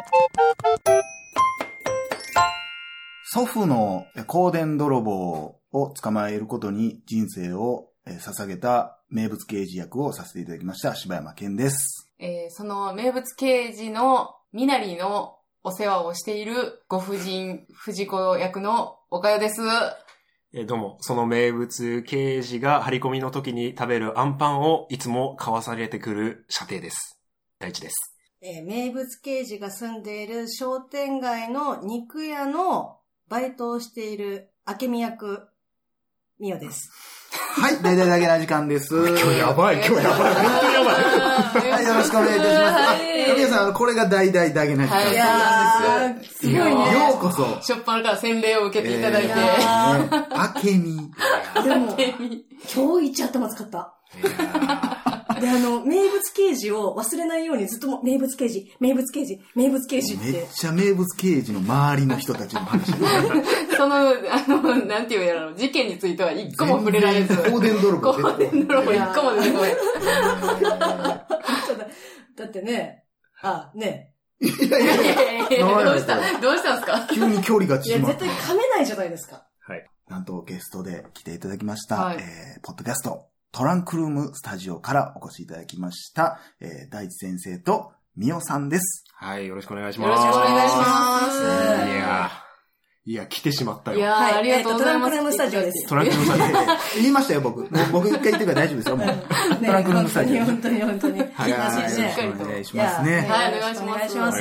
祖父の香典泥棒を捕まえることに人生を捧げた名物刑事役をさせていただきました柴山健です。 その名物刑事のみなりのお世話をしているご婦人藤子役の岡代です。 どうも、その名物刑事が張り込みの時に食べるアンパンをいつも買わされてくる舎弟です。大地です。 名物刑事が住んでいる商店街の肉屋のバイトをしている明美役、みおです。 はい、大々だけな時間です。 今日やばい、本当にやばい。 はい、よろしくお願いいたします。皆さん、これが大々だけな時間です。 いやー、すごいね。 ようこそ。 しょっぱなから洗礼を受けていただいて。 明美。 でも、今日一頭使った。で、名物刑事を忘れないようにずっと名物刑事、名物刑事、名物刑事って。 めっちゃ名物刑事の周りの人たちの話。 その、なんていうやろ、事件については一個も触れられず。 香典泥棒。 香典泥棒一個も出てこない。 だってね、ねいやどうしたんですか？ 急に距離が縮まった。 いや、絶対噛めないじゃないですか。 はい。 なんとゲストで来ていただきました、 はいポッドキャストトランクルームスタジオからお越しいただきました、大地先生とみおさんです。 はい、よろしくお願いします。 よろしくお願いします。 いや、来てしまったよ。 いやー、ありがとうございます。 トランクルームスタジオです。 トランクルームスタジオ。 言いましたよ、僕一回言ってから大丈夫ですよ、もう。トランクルームスタジオ。 本当に。 はい、 しっかりと。 お願いしますね。 はい、お願いします。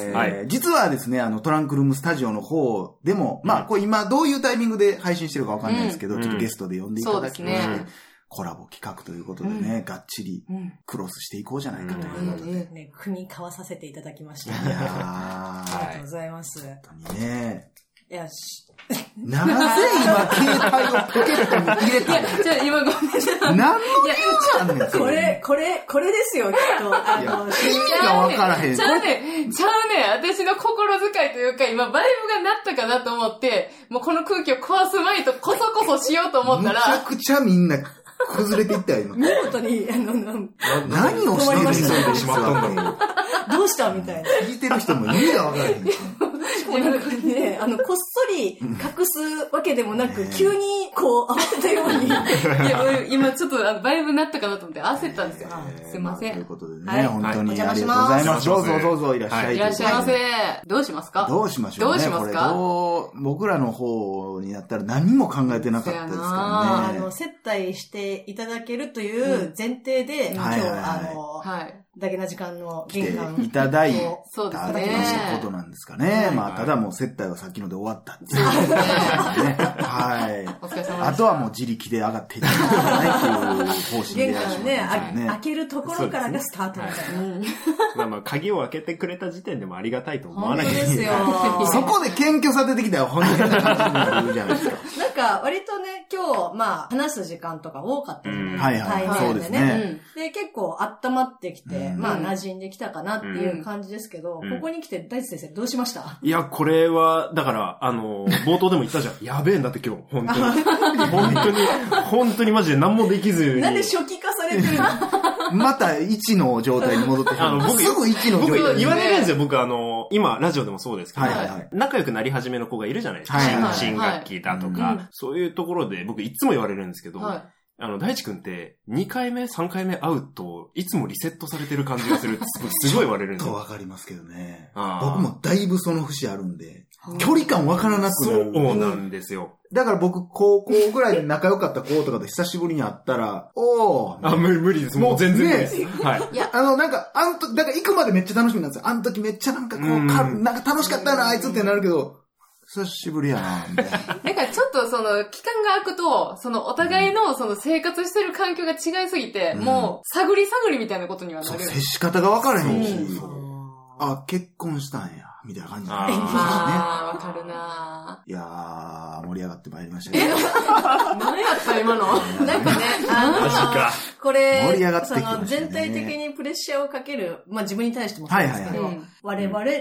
はい。 実はですね、トランクルームスタジオの方でも、まあ、これ今どういうタイミングで配信してるかわかんないですけど、ちょっとゲストで呼んでいただきまして、コラボ企画ということでね、がっちりクロスしていこうじゃないかということで。 組み交わさせていただきました。 いやー、 ありがとうございます。 本当にね。 よし。 なぜ今、携帯をポケットに入れたの？ じゃあ今ごめんなさい。 何の意味あんねん、 これですよ、きっと。 意味が分からへん。 ちゃうね。私の心遣いというか、今、バイブがなったかなと思って、もうこの空気を壊す前とこそこそしようと思ったら。 むちゃくちゃみんな崩れていったよ、今。 見事に、 何をしてるんでしまったんだろう。 どうしたみたいな。 聞いてる人も意味が分からへん。 なんかね、こっそり隠すわけでもなく、急にこう、慌てたように。いや、今ちょっとバイブになったかなと思って焦ったんですよ。すいません。 ということでね、本当にありがとうございます。 どうぞいらっしゃい。 いらっしゃいませ。どうしますか？ どうしましょうね。これ僕らの方になったら何も考えてなかったですからね。 接待していただけるという前提で、今日、だけな時間の玄関いただいたことなんですかね。まあ、ただもう接待はさっきので終わったっていうね。はい。 お疲れ様です。 あとはもう自力で上がっていただきたいという方針でいらっしゃいますね。 開けるところからがスタートみたいな。 まあ、鍵を開けてくれた時点でもありがたいと思わなきゃいけない。 ですよ。 そこで謙虚さ出てきたら本当に感じになるじゃないですか。 なんか、割とね、今日、まあ、話す時間とか多かったじゃないですか。 はいはい。そうですね。 で、結構温まってきて、まあ、馴染んできたかなっていう感じですけど、ここに来て大地先生どうしました？ いや、これは、だから、冒頭でも言ったじゃん。やべえんだって今日、本当に。本当にマジで何もできずに。 なんで初期化されてるの？ また1の状態に戻ってきた。 僕すぐ1の状態。 僕言われるんですよ。僕今、ラジオでもそうですけど、仲良くなり始めの子がいるじゃないですか。新学期だとか、そういうところで僕いつも言われるんですけど、大地くんって2回目、3回目会うといつもリセットされてる感じがするってすごい言われるんですよ。 わかりますけどね。僕もだいぶその節あるんで、距離感わからなくなる。 そうなんですよ。 だから僕、高校ぐらいで仲良かった子とかと久しぶりに会ったら、 無理です。もう全然無理です。はい。 いや、なんか、だから行くまでめっちゃ楽しみなんですよ。あの時めっちゃなんかなんか楽しかったな、あいつってなるけど、久しぶりやな、みたいな。だからちょっとその、期間が空くと、そのお互いのその生活してる環境が違いすぎて、もう、探りみたいなことにはなる。 接し方が分からへんし、結婚したんや。みたいな感じで、ね。 わかるな。 いやー、盛り上がってまいりましたけど。 何やった今の。 なんかね、 マジか。 これ、 盛り上がってきましたね。 全体的にプレッシャーをかける、まあ自分に対してもそうですけど、我々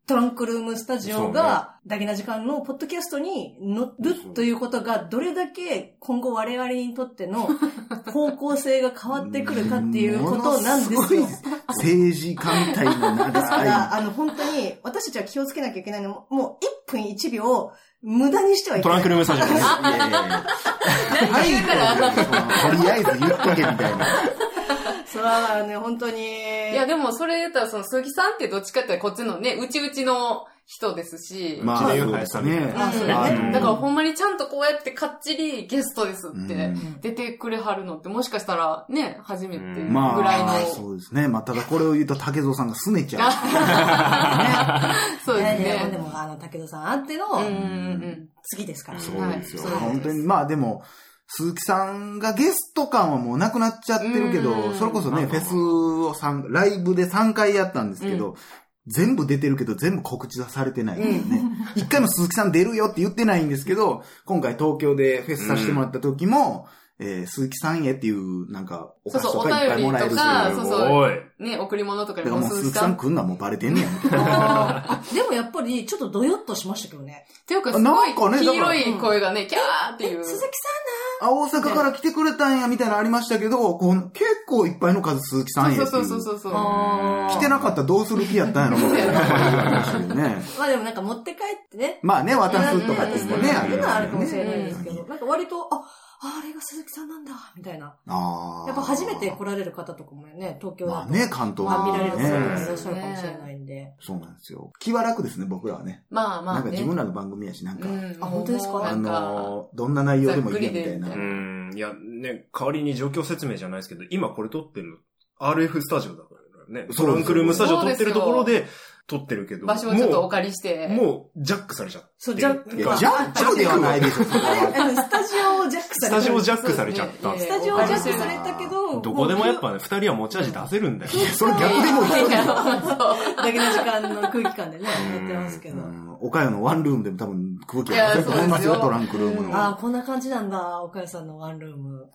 トランクルームスタジオが、ダゲな時間のポッドキャストに乗るということが、どれだけ今後我々にとっての方向性が変わってくるかっていうことなんですよ。 政治家みたいな。 ですから、本当に、私たちは気をつけなきゃいけないのも、もう1分1秒、無駄にしてはいけない。 トランクルームスタジオです。 はい、とりあえず言っとけみたいな。 それはね、本当に。 いや、でもそれ言ったら、鈴木さんってどっちかってこっちのね、うちの人ですし。 まあ、そうですね。 だからほんまにちゃんとこうやってかっちりゲストですって出てくれはるのってもしかしたらね、初めてぐらいの。 まあ、そうですね。まあ、ただこれを言うと竹蔵さんが拗ねちゃう。 そうですね。 でも、竹蔵さんあっての、次ですから。 そうですよ。本当に、まあでも、鈴木さんがゲスト感はもうなくなっちゃってるけど、それこそね、フェスをライブで3回やったんですけど、全部出てるけど全部告知はされてないんですよね。一回も鈴木さん出るよって言ってないんですけど、今回東京でフェスさせてもらった時も、鈴木さんへっていう、なんか、お菓子とかいっぱいもらえるし。 ね、贈り物とかにも鈴木さん来んのはもうバレてんねやん。 でもやっぱり、ちょっとドヨッとしましたけどね。 っていうか、すごい黄色い声がね、キャーっていう。 鈴木さん大阪から来てくれたんや、みたいなのありましたけど、結構いっぱいの数鈴木さんや。 そう。 来てなかったらどうする気やったんやろ、みたいな感じでね。 まあでもなんか持って帰ってね。 まあね、渡すとかっていうのね、 あるかもしれないですけど、なんか割と、あれが鈴木さんなんだ、みたいな。やっぱ初めて来られる方とかもね、東京だと。まあね、 関東見られる方もいらっしゃるかもしれないんで。 そうなんですよ。気は楽ですね、僕らはね。 まあ。 なんか自分らの番組やし、なんか。 本当ですか？ どんな内容でもいいや、みたいな。 いや、ね、代わりに状況説明じゃないですけど、今これ撮ってる RF スタジオだからね。トランクルームスタジオ撮ってるところで、撮ってるけど。 場所をちょっとお借りして。 もう、ジャックされちゃって。 そう、ジャック。 ジャックではないでしょ、 スタジオをジャックされた。 スタジオジャックされちゃった。 スタジオジャックされたけど。 どこでもやっぱね、二人は持ち味出せるんだよ。 それ逆でもいい。 だけの時間の空気感でね、やってますけど。 岡谷のワンルームでも多分空気が出せると思いますよ、トランクルームの。 こんな感じなんだ、岡谷さんのワンルーム。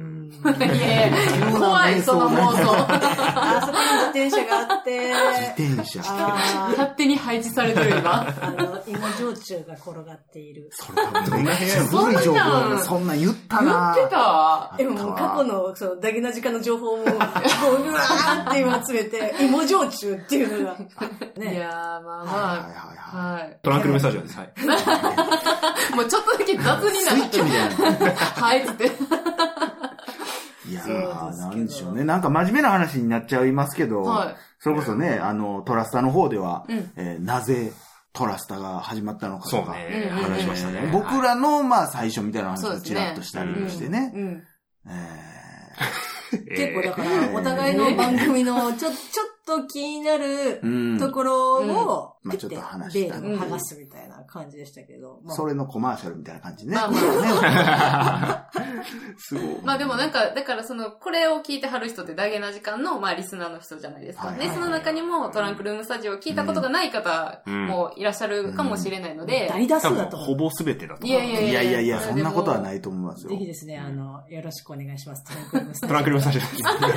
怖い、その妄想。 そこに自転車があって。 自転車。 勝手に配置されてる今。 芋焼酎が転がっている。 それ多分どんな部屋すごい情報。そんなん言ったな。 言ってた。 でも過去の、ダゲな時間の情報も、うわーって今集めて、芋焼酎っていうのが。 いやー、まあ。はい。 トランクルームスタジオです。はい。 もうちょっとだけ雑になって。はい、つって。 いやー、なんでしょうね。なんか真面目な話になっちゃいますけど、それこそね、トラスタの方では、なぜトラスタが始まったのかとか、 話しましたね。 僕らの、まあ最初みたいな話をちらっとしたりしてね。 結構だから、お互いの番組のちょっと気になるところを、 まあちょっと話したベールを剥がすみたいな感じでしたけど。 それのコマーシャルみたいな感じね。 すごい。まあでもなんか、だからこれを聞いてはる人ってダゲな時間の、まあリスナーの人じゃないですか。で、その中にもトランクルームスタジオを聞いたことがない方もいらっしゃるかもしれないので。 大多数だと思う。 ほぼ全てだと思う。いや、そんなことはないと思いますよ。 ぜひですね、よろしくお願いします。 トランクルームスタジオ。そう、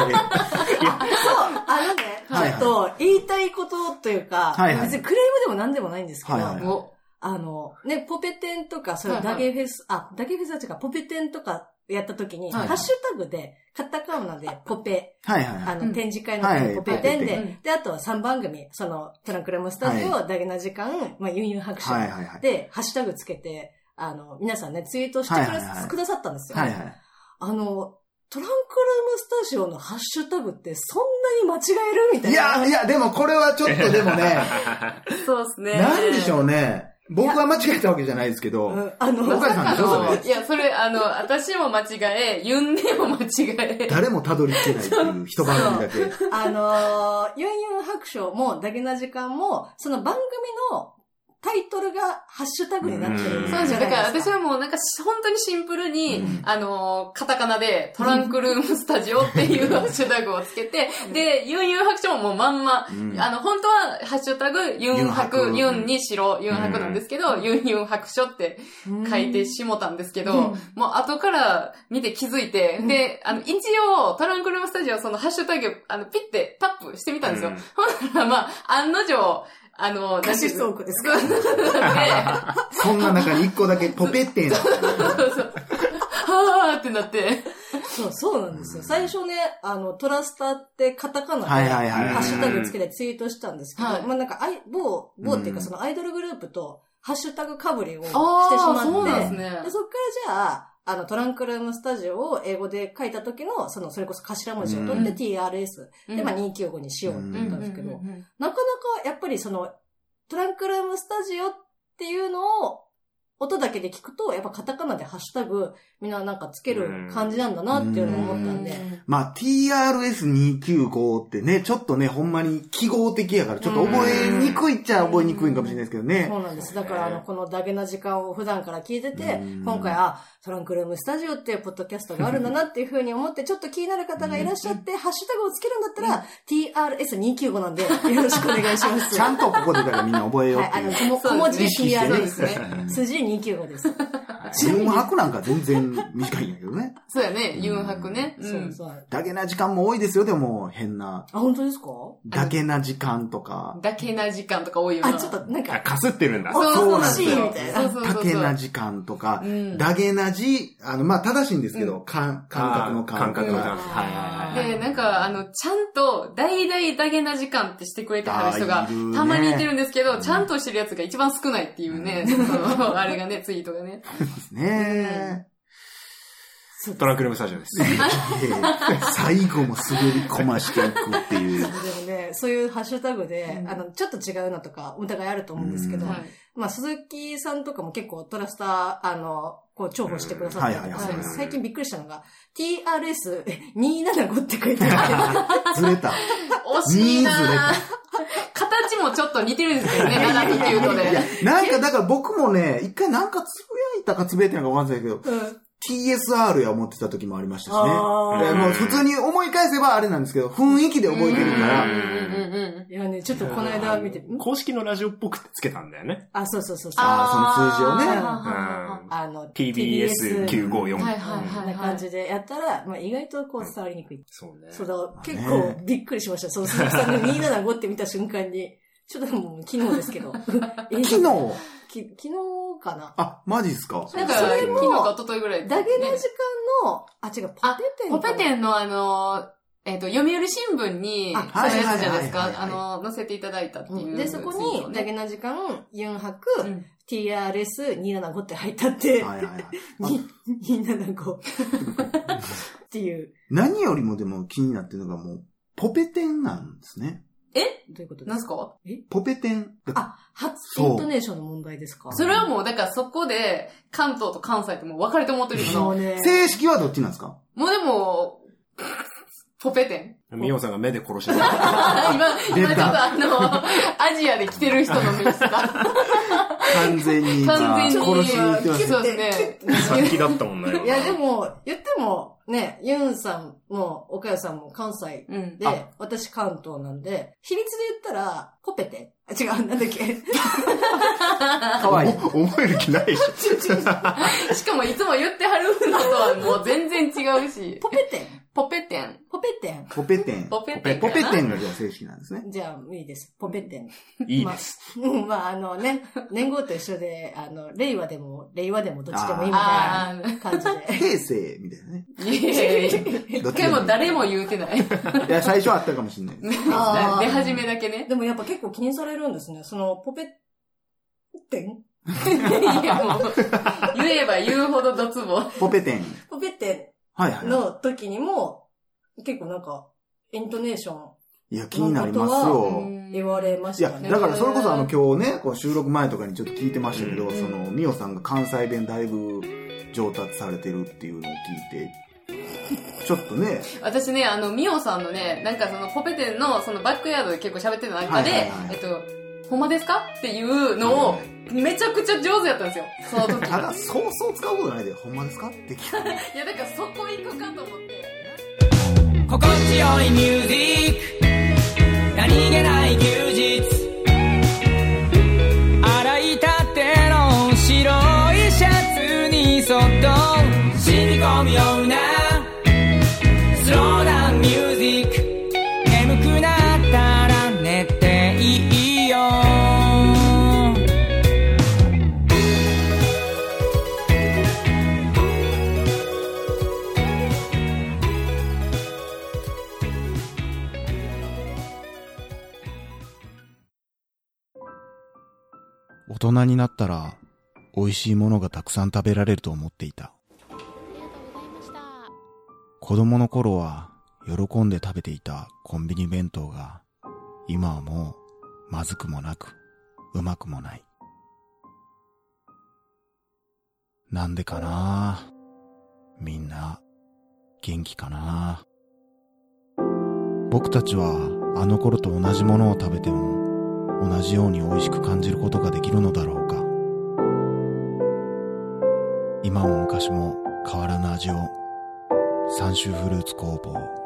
ちょっと言いたいことというか、別にクレームでも何でもないんですけど、ポペテンとか、ダゲフェスは違う、ポペテンとかやった時に、ハッシュタグで、カタカナでポペ、展示会のポペテンで、あとは3番組、トランクルームスタジオ、ダゲな時間、ユンユン白書で、ハッシュタグつけて、皆さんね、ツイートしてくださったんですよ。トランクルームスタジオのハッシュタグってそんなに間違えるみたいな。 いや、でもこれはちょっとでもね。 そうですね。 なんでしょうね。僕は間違えたわけじゃないですけど。 岡井さんでしょそれ。いや、それ、私も間違え、ユンネも間違え。 誰もたどり着けないっていう一番組だけ。 ユンユン白書も、ダゲな時間も、その番組の、タイトルがハッシュタグになってるんですよ。 そうじゃだから私はもうなんか本当にシンプルに、カタカナでトランクルームスタジオっていうハッシュタグをつけて、で、ユンユン白書ももうまんま、本当はハッシュタグユン白、ユンに白、ユン白なんですけど、ユンユン白書って書いてしもたんですけど、もう後から見て気づいて、で、一応トランクルームスタジオそのハッシュタグ、ピッてタップしてみたんですよ。ほんならまあ、案の定、 歌詞倉庫ですかそんな中に1個だけポペテン。はーってなって。 そうなんですよ。最初ね、トラスタってカタカナで、ハッシュタグつけてツイートしたんですけど、まあなんか、某っていうかそのアイドルグループと、ハッシュタグかぶりをしてしまって、 そうですね。 でそっからじゃあ、トランクルームスタジオを英語で書いた時の、それこそ頭文字を取って TRS で、まあ295にしようって言ったんですけど、なかなかやっぱりトランクルームスタジオっていうのを、音だけで聞くと、やっぱカタカナでハッシュタグ、みんななんかつける感じなんだなっていうのを思ったんで。 まあ、TRS295 ってね、ちょっとね、ほんまに記号的やから、ちょっと覚えにくいっちゃ覚えにくいかもしれないですけどね。 そうなんです。だからこのダゲな時間を普段から聞いてて、今回トランクルームスタジオっていうポッドキャストがあるんだなっていう風に思って、ちょっと気になる方がいらっしゃって、ハッシュタグをつけるんだったら、TRS295 なんで、よろしくお願いします。 ちゃんとここでだからみんな覚えようっていう。 小文字で TR ですね。数字で295です。 4拍なんか全然短いんやけどね。 そうやね、4拍ね。 そう。 だけな時間も多いですよ、でも変な。 あ、本当ですか？ だけな時間とか。 だけな時間とか多いよな。 ちょっとなんか。 かすってるんだ。 そうなんですよ。 みたいな。 だけな時間とか、だけなじ、まあ正しいんですけど、感覚の感覚。 で、なんか、ちゃんと、大々だけな時間ってしてくれてはる人が、たまにいてるんですけど、ちゃんとしてるやつが一番少ないっていうね、あれがね、ツイートがね。 ですね。 トランクルームスタジオです。 最後も滑り込ましていくっていう。 でもね、そういうハッシュタグで、ちょっと違うのとか、お互いあると思うんですけど、まあ、鈴木さんとかも結構トラスター、こう、重宝してくださったりとか、最近びっくりしたのが、TRS275 って書いてある。ずれた。 惜しいな形もちょっと似てるんですけどね、79度で。 いや、なんかだから僕もね、一回なんかつぶやいたかつぶやいてないかわかんないけど、TSR や思ってた時もありましたしね。もう普通に思い返せばあれなんですけど、雰囲気で覚えてるから。 いやね、ちょっとこの間見て。 公式のラジオっぽくつけたんだよね。 あ、そう。その数字をね。 TBS954。 な感じでやったら、まあ意外とこう伝わりにくい。 そうね。 そうだ、結構びっくりしました。その鈴木さんの275って見た瞬間に。ちょっともう昨日ですけど。 昨日かな。 あ、マジっすか？ なんか、昨日か一昨日ぐらい。 だけの時間の、違う、 ポペテンの読売新聞に、そういうやつじゃないですか。載せていただいたっていう。 で、そこに、だけな時間、4泊、TRS275 って入ったって、275っていう。 何よりもでも気になってるのがもう、ポペテンなんですね。 どういうことですか？なんすか？ ポペテン。 イントネーションの問題ですか？ それはもう、だからそこで、関東と関西ってもう分かれて思ってるよな。正式はどっちなんですか？ もうでも、ポペテン。ミオさんが目で殺してる。 今ちょっとアジアで来てる人の目した。 完全に殺しに行ってます。 そうですね。 さっきだったもんね。 いやでも、言っても、ね、ユンさんも、岡谷さんも関西で、私関東なんで、比率で言ったら、ポペテン。違う、なんだっけ。 かわいい。 覚える気ないし。 しかもいつも言ってはるのとはもう全然違うし。 ポペテン。 ポペテン。 ポペテンがじゃあ正式なんですね。 じゃあ、いいです。ポペテン。 いいです。 まあ、年号と一緒で、令和でもどっちでもいいみたいな感じで。 平成みたいなね。 一回も誰も言うてない。いや、最初はあったかもしれないです。 出始めだけね。 でもやっぱ結構気にされるんですね。その、ポペテンいやもう、言えば言うほどドツボ。 ポペテンの時にも、結構なんか、イントネーション。 いや、気になりますよ。 言われましたね。 いや、だからそれこそ今日ね、こう収録前とかにちょっと聞いてましたけど、ミオさんが関西弁だいぶ上達されてるっていうのを聞いて、ちょっとね。 私ね、ミオさんのね、なんかそのポペテンのそのバックヤードで結構喋ってる中で、ほんまですかっていうのを、めちゃくちゃ上手やったんですよ。その時。 ただ、そうそう使うことないで、ほんまですかって聞く。 いや、だからそこ行くかと思って。 心地よいミュージック、何気ない休日、洗いたての白いシャツにそっと染み込むようなスローダウンミュージック、眠くなったら寝ていいよ。 大人になったら美味しいものがたくさん食べられると思っていた。子供の頃は喜んで食べていたコンビニ弁当が今はもうまずくもなくうまくもない。なんでかな。みんな元気かな。僕たちはあの頃と同じものを食べても同じように美味しく感じることができるのだろうか。今も昔も変わらぬ味を。三州フルーツ工房。